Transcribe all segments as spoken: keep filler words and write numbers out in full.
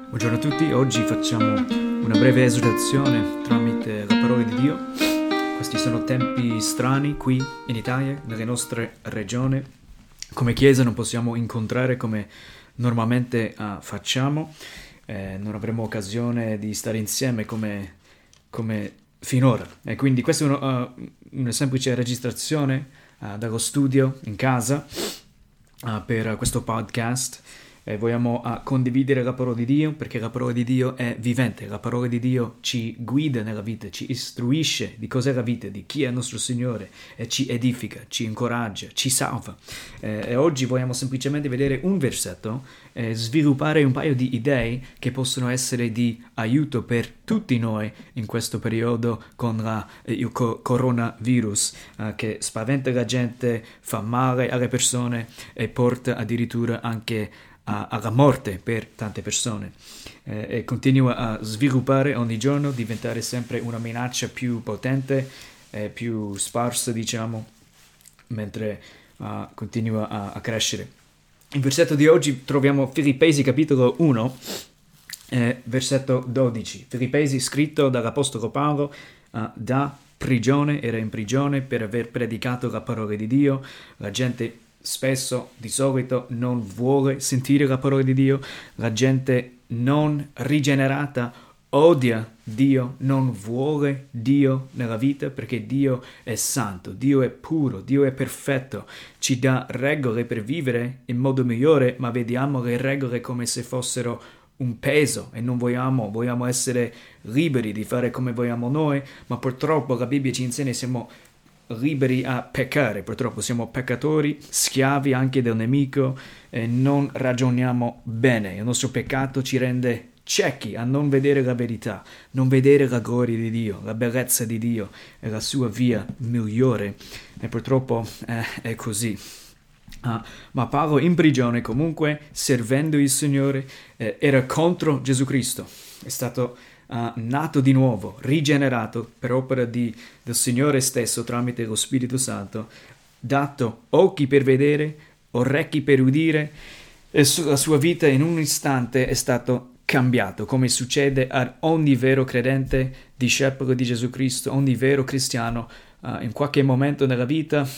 Buongiorno a tutti, oggi facciamo una breve esortazione tramite la parola di Dio. Questi sono tempi strani qui in Italia, nelle nostre regioni. Come Chiesa non possiamo incontrare come normalmente uh, facciamo, eh, non avremo occasione di stare insieme come, come finora. E quindi questa è uno, uh, una semplice registrazione uh, dallo studio in casa uh, per uh, questo podcast. E vogliamo uh, condividere la parola di Dio perché la parola di Dio è vivente, la parola di Dio ci guida nella vita, ci istruisce di cos'è la vita, di chi è il nostro Signore e ci edifica, ci incoraggia, ci salva. Eh, e oggi vogliamo semplicemente vedere un versetto e sviluppare un paio di idee che possono essere di aiuto per tutti noi in questo periodo con la, eh, il co- coronavirus eh, che spaventa la gente, fa male alle persone e porta addirittura anche alla morte per tante persone eh, e continua a sviluppare ogni giorno, diventare sempre una minaccia più potente e più sparsa, diciamo, mentre uh, continua a, a crescere. Il versetto di oggi troviamo Filippesi capitolo uno, eh, versetto dodici. Filippesi scritto dall'Apostolo Paolo uh, da prigione, era in prigione per aver predicato la parola di Dio. La gente spesso, di solito, non vuole sentire la parola di Dio, la gente non rigenerata odia Dio, non vuole Dio nella vita perché Dio è santo, Dio è puro, Dio è perfetto, ci dà regole per vivere in modo migliore, ma vediamo le regole come se fossero un peso e non vogliamo, vogliamo essere liberi di fare come vogliamo noi, ma purtroppo la Bibbia ci insegna che siamo liberi a peccare, purtroppo siamo peccatori, schiavi anche del nemico e non ragioniamo bene. Il nostro peccato ci rende ciechi a non vedere la verità, non vedere la gloria di Dio, la bellezza di Dio e la sua via migliore e purtroppo eh, è così. Uh, ma Paolo in prigione comunque, servendo il Signore, eh, era contro Gesù Cristo, è stato Uh, nato di nuovo, rigenerato per opera di, del Signore stesso tramite lo Spirito Santo, dato occhi per vedere, orecchi per udire, e su, la sua vita in un istante è stato cambiato, come succede a ogni vero credente, discepolo di Gesù Cristo, ogni vero cristiano. Uh, in qualche momento nella vita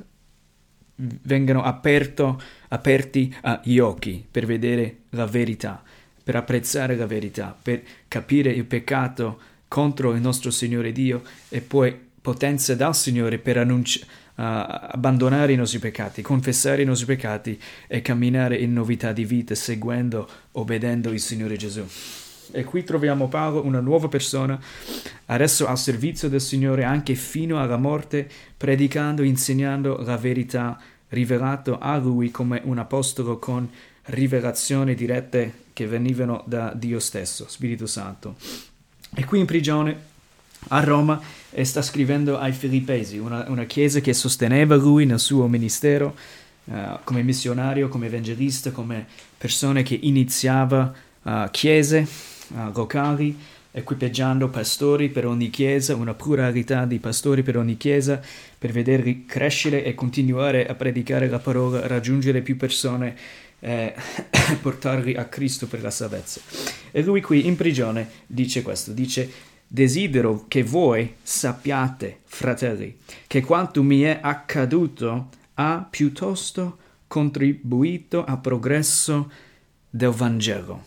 vengono aperto, aperti uh, gli occhi per vedere la verità, per apprezzare la verità, per capire il peccato contro il nostro Signore Dio e poi potenza dal Signore per annunci- uh, abbandonare i nostri peccati, confessare i nostri peccati e camminare in novità di vita seguendo, obbedendo il Signore Gesù. E qui troviamo Paolo, una nuova persona, adesso al servizio del Signore anche fino alla morte, predicando, insegnando la verità, rivelato a lui come un apostolo con rivelazioni dirette che venivano da Dio stesso, Spirito Santo. E qui in prigione a Roma e sta scrivendo ai Filippesi, una, una chiesa che sosteneva lui nel suo ministero uh, come missionario, come evangelista, come persone che iniziava uh, chiese uh, locali, equipaggiando pastori per ogni chiesa, una pluralità di pastori per ogni chiesa, per vederli crescere e continuare a predicare la parola, raggiungere più persone e portarli a Cristo per la salvezza. E lui qui in prigione dice questo, dice: desidero che voi sappiate, fratelli, che quanto mi è accaduto ha piuttosto contribuito al progresso del Vangelo.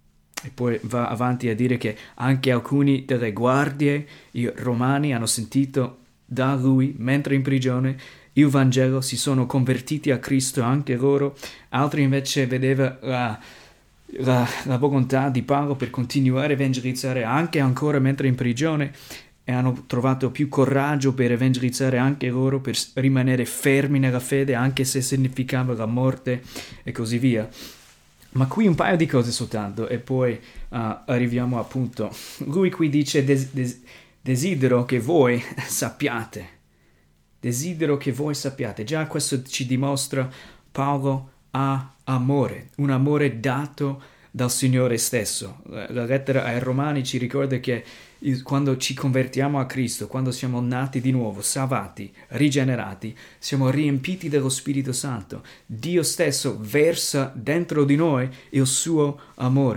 E poi va avanti a dire che anche alcuni delle guardie i romani hanno sentito da lui, mentre in prigione, il Vangelo, si sono convertiti a Cristo anche loro. Altri invece vedeva la, la, la volontà di Paolo per continuare a evangelizzare anche ancora mentre in prigione e hanno trovato più coraggio per evangelizzare anche loro, per rimanere fermi nella fede anche se significava la morte e così via. Ma qui un paio di cose soltanto e poi uh, arriviamo appunto. Lui qui dice des, des, desidero che voi sappiate. Desidero che voi sappiate. Già questo ci dimostra Paolo ha amore, un amore dato dal Signore stesso. La lettera ai Romani ci ricorda che quando ci convertiamo a Cristo, quando siamo nati di nuovo, salvati, rigenerati, siamo riempiti dello Spirito Santo. Dio stesso versa dentro di noi il suo amore.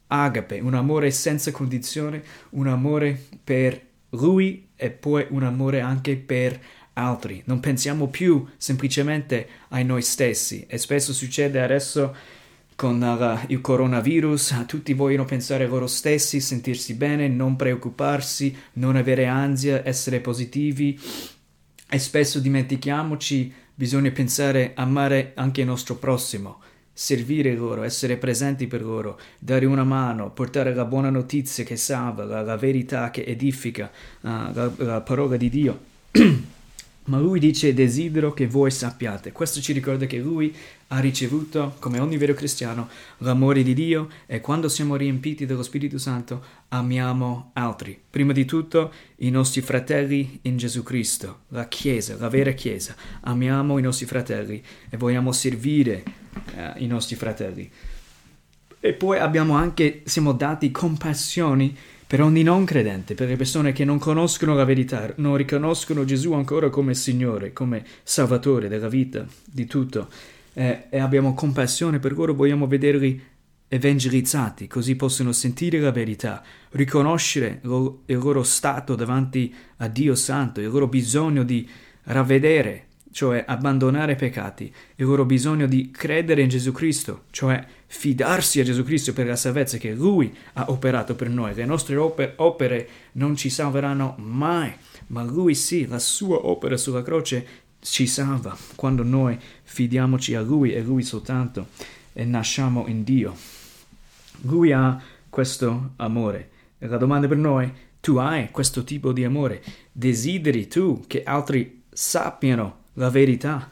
agape, un amore senza condizione, un amore per Lui e poi un amore anche per altri. Non pensiamo più semplicemente a noi stessi, e spesso succede adesso con uh, il coronavirus, tutti vogliono pensare a loro stessi, sentirsi bene, non preoccuparsi, non avere ansia, essere positivi, e spesso dimentichiamoci, bisogna pensare a amare anche il nostro prossimo, servire loro, essere presenti per loro, dare una mano, portare la buona notizia che salva, la, la verità che edifica, uh, la, la parola di Dio. Ma lui dice: desidero che voi sappiate. Questo ci ricorda che lui ha ricevuto, come ogni vero cristiano, l'amore di Dio, e quando siamo riempiti dello Spirito Santo amiamo altri. Prima di tutto i nostri fratelli in Gesù Cristo, la Chiesa, la vera Chiesa. Amiamo i nostri fratelli e vogliamo servire eh, i nostri fratelli. E poi abbiamo anche, siamo dati compassioni per ogni non credente, per le persone che non conoscono la verità, non riconoscono Gesù ancora come Signore, come Salvatore della vita, di tutto. Eh, e abbiamo compassione per loro, vogliamo vederli evangelizzati, così possono sentire la verità, riconoscere lo, il loro stato davanti a Dio Santo, il loro bisogno di ravvedere, cioè abbandonare i peccati, il loro bisogno di credere in Gesù Cristo, cioè fidarsi a Gesù Cristo per la salvezza che Lui ha operato per noi. Le nostre oper- opere non ci salveranno mai, ma Lui sì, la sua opera sulla croce ci salva quando noi fidiamoci a Lui e Lui soltanto e nasciamo in Dio. Lui ha questo amore. E la domanda per noi: tu hai questo tipo di amore? Desideri tu che altri sappiano la verità?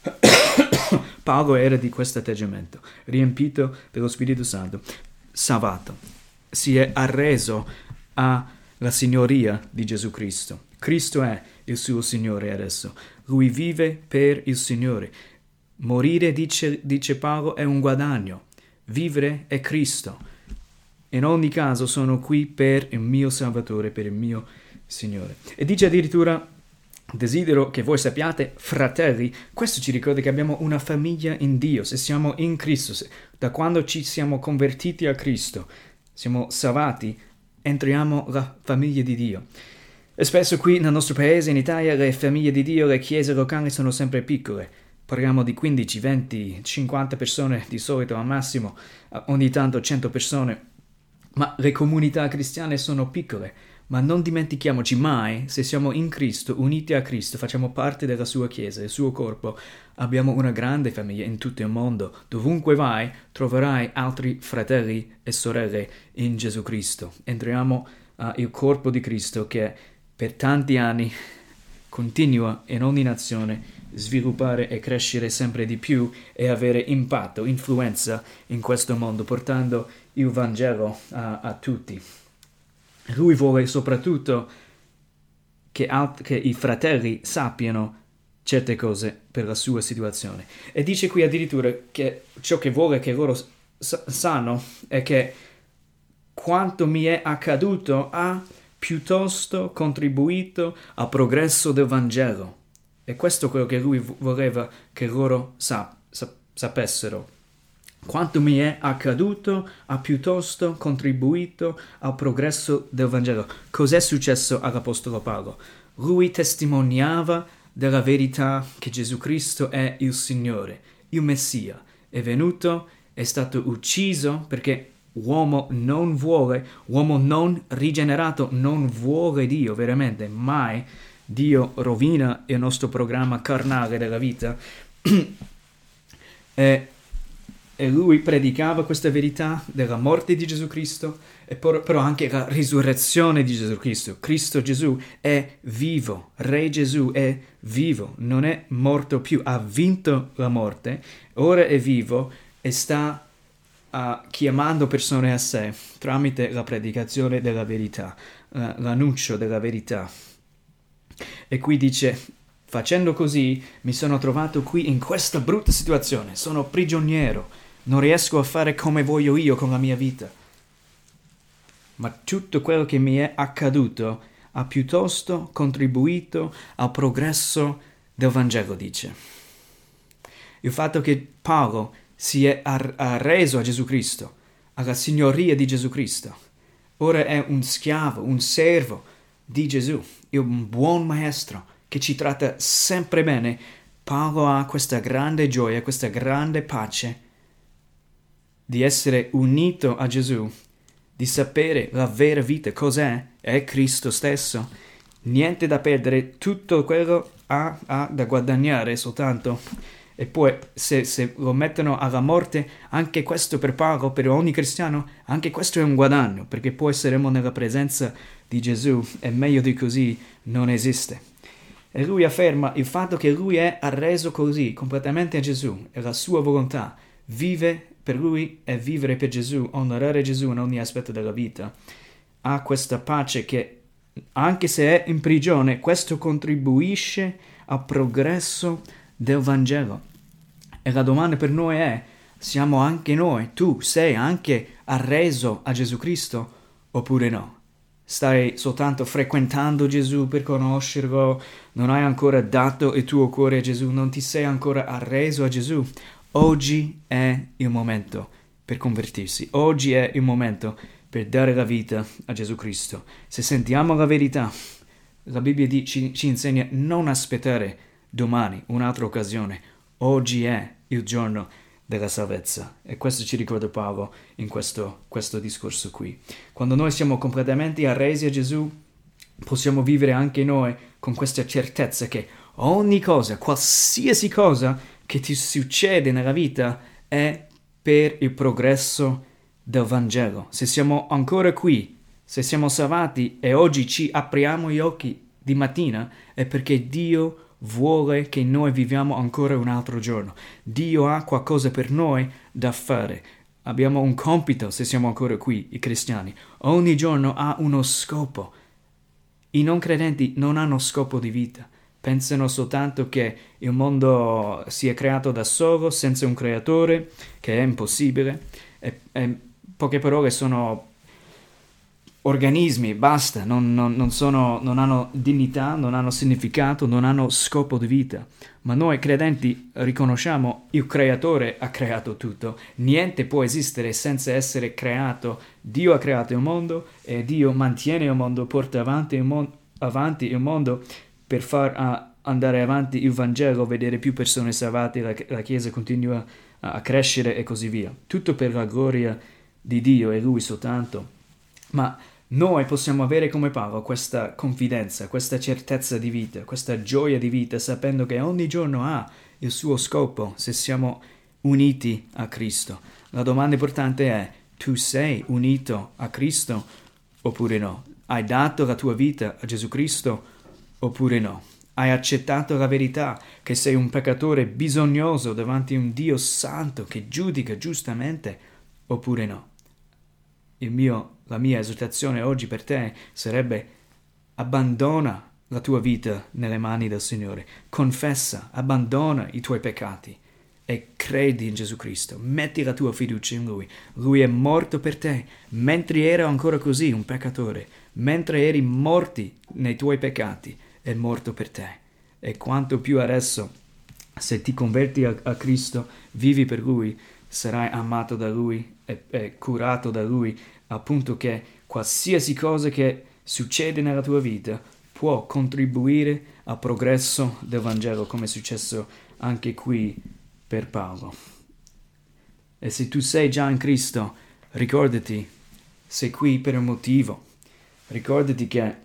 Paolo era di questo atteggiamento, riempito dello Spirito Santo, salvato, si è arreso alla signoria di Gesù Cristo. Cristo è il suo Signore adesso, lui vive per il Signore. Morire, dice, dice Paolo, è un guadagno, vivere è Cristo. In ogni caso sono qui per il mio Salvatore, per il mio Signore. E dice addirittura: desidero che voi sappiate, fratelli. Questo ci ricorda che abbiamo una famiglia in Dio, se siamo in Cristo, se, da quando ci siamo convertiti a Cristo, siamo salvati, entriamo la famiglia di Dio. E spesso qui nel nostro paese, in Italia, le famiglie di Dio, le chiese locali sono sempre piccole. Parliamo di quindici, venti, cinquanta persone di solito al massimo, ogni tanto cento persone. Ma le comunità cristiane sono piccole. Ma non dimentichiamoci mai, se siamo in Cristo, uniti a Cristo, facciamo parte della sua Chiesa, del suo corpo, abbiamo una grande famiglia in tutto il mondo. Dovunque vai, troverai altri fratelli e sorelle in Gesù Cristo. Entriamo nel uh, corpo di Cristo che per tanti anni continua in ogni nazione sviluppare e crescere sempre di più e avere impatto, influenza in questo mondo, portando il Vangelo a, a tutti. Lui vuole soprattutto che, alt- che i fratelli sappiano certe cose per la sua situazione. E dice qui addirittura che ciò che vuole che loro sa- sanno è che quanto mi è accaduto ha piuttosto contribuito al progresso del Vangelo. E questo è quello che lui voleva che loro sa- sa- sapessero. Quanto mi è accaduto ha piuttosto contribuito al progresso del Vangelo. Cos'è successo all'Apostolo Paolo? Lui testimoniava della verità che Gesù Cristo è il Signore, il Messia. È venuto, è stato ucciso perché uomo non vuole, uomo non rigenerato non vuole Dio, veramente, mai. Dio rovina il nostro programma carnale della vita. e E lui predicava questa verità della morte di Gesù Cristo, e por- però anche la risurrezione di Gesù Cristo. Cristo Gesù è vivo, Re Gesù è vivo, non è morto più, ha vinto la morte, ora è vivo e sta uh, chiamando persone a sé tramite la predicazione della verità, uh, l'annuncio della verità. E qui dice: facendo così mi sono trovato qui in questa brutta situazione, sono prigioniero. Non riesco a fare come voglio io con la mia vita. Ma tutto quello che mi è accaduto ha piuttosto contribuito al progresso del Vangelo, dice. Il fatto che Paolo si è arreso a Gesù Cristo, alla signoria di Gesù Cristo. Ora è un schiavo, un servo di Gesù, è un buon maestro che ci tratta sempre bene. Paolo ha questa grande gioia, questa grande pace di essere unito a Gesù, di sapere la vera vita cos'è, è Cristo stesso. Niente da perdere, tutto quello ha, ha da guadagnare soltanto. E poi se, se lo mettono alla morte, anche questo per Paolo, per ogni cristiano, anche questo è un guadagno, perché poi saremo nella presenza di Gesù e meglio di così non esiste. E lui afferma il fatto che lui è arreso così completamente a Gesù e la sua volontà, vive per lui e vivere per Gesù, onorare Gesù in ogni aspetto della vita. Ha questa pace che anche se è in prigione, questo contribuisce al progresso del Vangelo. E la domanda per noi è: siamo anche noi, tu sei anche arreso a Gesù Cristo oppure no? Stai soltanto frequentando Gesù per conoscerlo, non hai ancora dato il tuo cuore a Gesù, non ti sei ancora arreso a Gesù? Oggi è il momento per convertirsi, oggi è il momento per dare la vita a Gesù Cristo. Se sentiamo la verità, la Bibbia ci, ci insegna non aspettare domani, un'altra occasione. Oggi è il giorno della salvezza. E questo ci ricorda Paolo in questo, questo discorso qui. Quando noi siamo completamente arresi a Gesù, possiamo vivere anche noi con questa certezza che ogni cosa, qualsiasi cosa che ti succede nella vita è per il progresso del Vangelo. Se siamo ancora qui, se siamo salvati e oggi ci apriamo gli occhi di mattina, è perché Dio vuole che noi viviamo ancora un altro giorno. Dio ha qualcosa per noi da fare. Abbiamo un compito se siamo ancora qui, i cristiani. Ogni giorno ha uno scopo. I non credenti non hanno scopo di vita. Pensano soltanto che il mondo sia creato da solo, senza un creatore, che è impossibile. E, e poche parole sono organismi, basta, non, non, non, sono, non hanno dignità, non hanno significato, non hanno scopo di vita. Ma noi credenti riconosciamo il creatore ha creato tutto. Niente può esistere senza essere creato. Dio ha creato il mondo e Dio mantiene il mondo, porta avanti il, mon- avanti il mondo per far uh, andare avanti il Vangelo, vedere più persone salvate, la, la Chiesa continua a, a crescere e così via. Tutto per la gloria di Dio e Lui soltanto. Ma noi possiamo avere come Paolo questa confidenza, questa certezza di vita, questa gioia di vita, sapendo che ogni giorno ha il suo scopo se siamo uniti a Cristo. La domanda importante è: tu sei unito a Cristo oppure no? Hai dato la tua vita a Gesù Cristo oppure no? Hai accettato la verità che sei un peccatore bisognoso davanti a un Dio santo che giudica giustamente oppure no? Il mio, la mia esortazione oggi per te sarebbe: abbandona la tua vita nelle mani del Signore, confessa, abbandona i tuoi peccati e credi in Gesù Cristo, metti la tua fiducia in Lui. Lui è morto per te, mentre ero ancora così, un peccatore, mentre eri morti nei tuoi peccati, è morto per te. E quanto più adesso, se ti converti a, a Cristo, vivi per Lui, sarai amato da Lui e, e curato da Lui, appunto che qualsiasi cosa che succede nella tua vita può contribuire al progresso del Vangelo, come è successo anche qui per Paolo. E se tu sei già in Cristo, ricordati, sei qui per un motivo. Ricordati che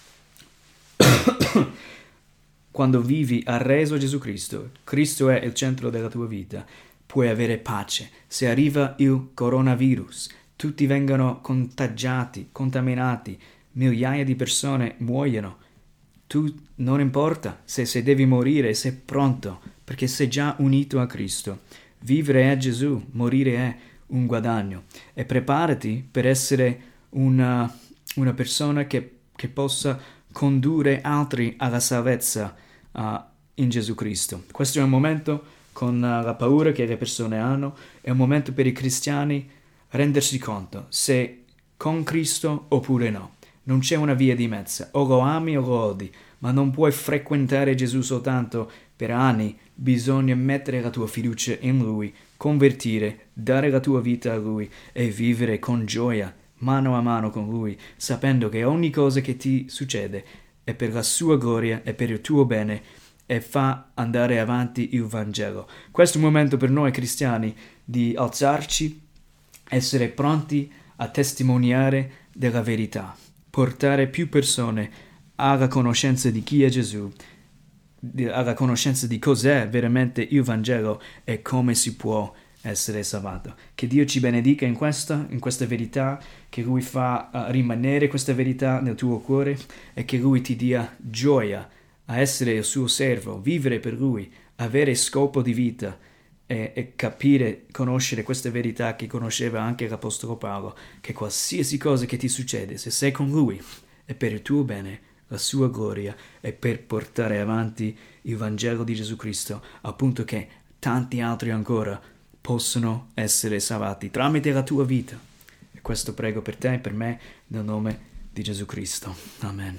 quando vivi arreso a Gesù Cristo, Cristo è il centro della tua vita, puoi avere pace. Se arriva il coronavirus, tutti vengono contagiati, contaminati, migliaia di persone muoiono. Tu non importa se, se devi morire, sei pronto, perché sei già unito a Cristo. Vivere è Gesù, morire è un guadagno. E preparati per essere una, una persona che, che possa condurre altri alla salvezza uh, in Gesù Cristo. Questo è un momento, con uh, la paura che le persone hanno, è un momento per i cristiani rendersi conto se con Cristo oppure no. Non c'è una via di mezzo, o lo ami o lo odi, ma non puoi frequentare Gesù soltanto per anni, bisogna mettere la tua fiducia in Lui convertire, dare la tua vita a Lui e vivere con gioia, mano a mano con Lui, sapendo che ogni cosa che ti succede è per la sua gloria e per il tuo bene e fa andare avanti il Vangelo. Questo è un momento per noi cristiani di alzarci, essere pronti a testimoniare della verità, portare più persone alla conoscenza di chi è Gesù, alla conoscenza di cos'è veramente il Vangelo e come si può essere salvato. Che Dio ci benedica in questa, in questa verità, che Lui fa uh, rimanere questa verità nel tuo cuore e che Lui ti dia gioia a essere il suo servo, vivere per Lui, avere scopo di vita e, e capire, conoscere questa verità che conosceva anche l'Apostolo Paolo, che qualsiasi cosa che ti succede, se sei con Lui, è per il tuo bene, la sua gloria e per portare avanti il Vangelo di Gesù Cristo, appunto che tanti altri ancora possono essere salvati tramite la tua vita. E questo prego per te e per me nel nome di Gesù Cristo. Amen.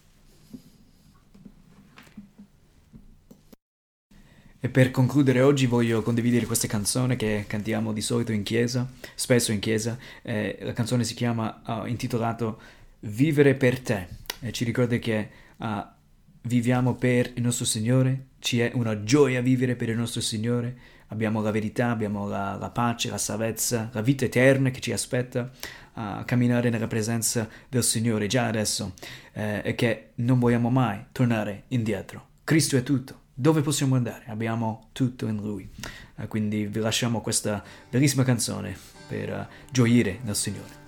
E per concludere oggi voglio condividere questa canzone che cantiamo di solito in chiesa, spesso in chiesa. Eh, la canzone si chiama, uh, intitolato Vivere per te. E ci ricorda che uh, viviamo per il nostro Signore, ci è una gioia vivere per il nostro Signore, abbiamo la verità, abbiamo la, la pace, la salvezza, la vita eterna che ci aspetta a uh, camminare nella presenza del Signore già adesso, eh, e che non vogliamo mai tornare indietro. Cristo è tutto. Dove possiamo andare? Abbiamo tutto in Lui. Uh, quindi vi lasciamo questa bellissima canzone per uh, gioire nel Signore.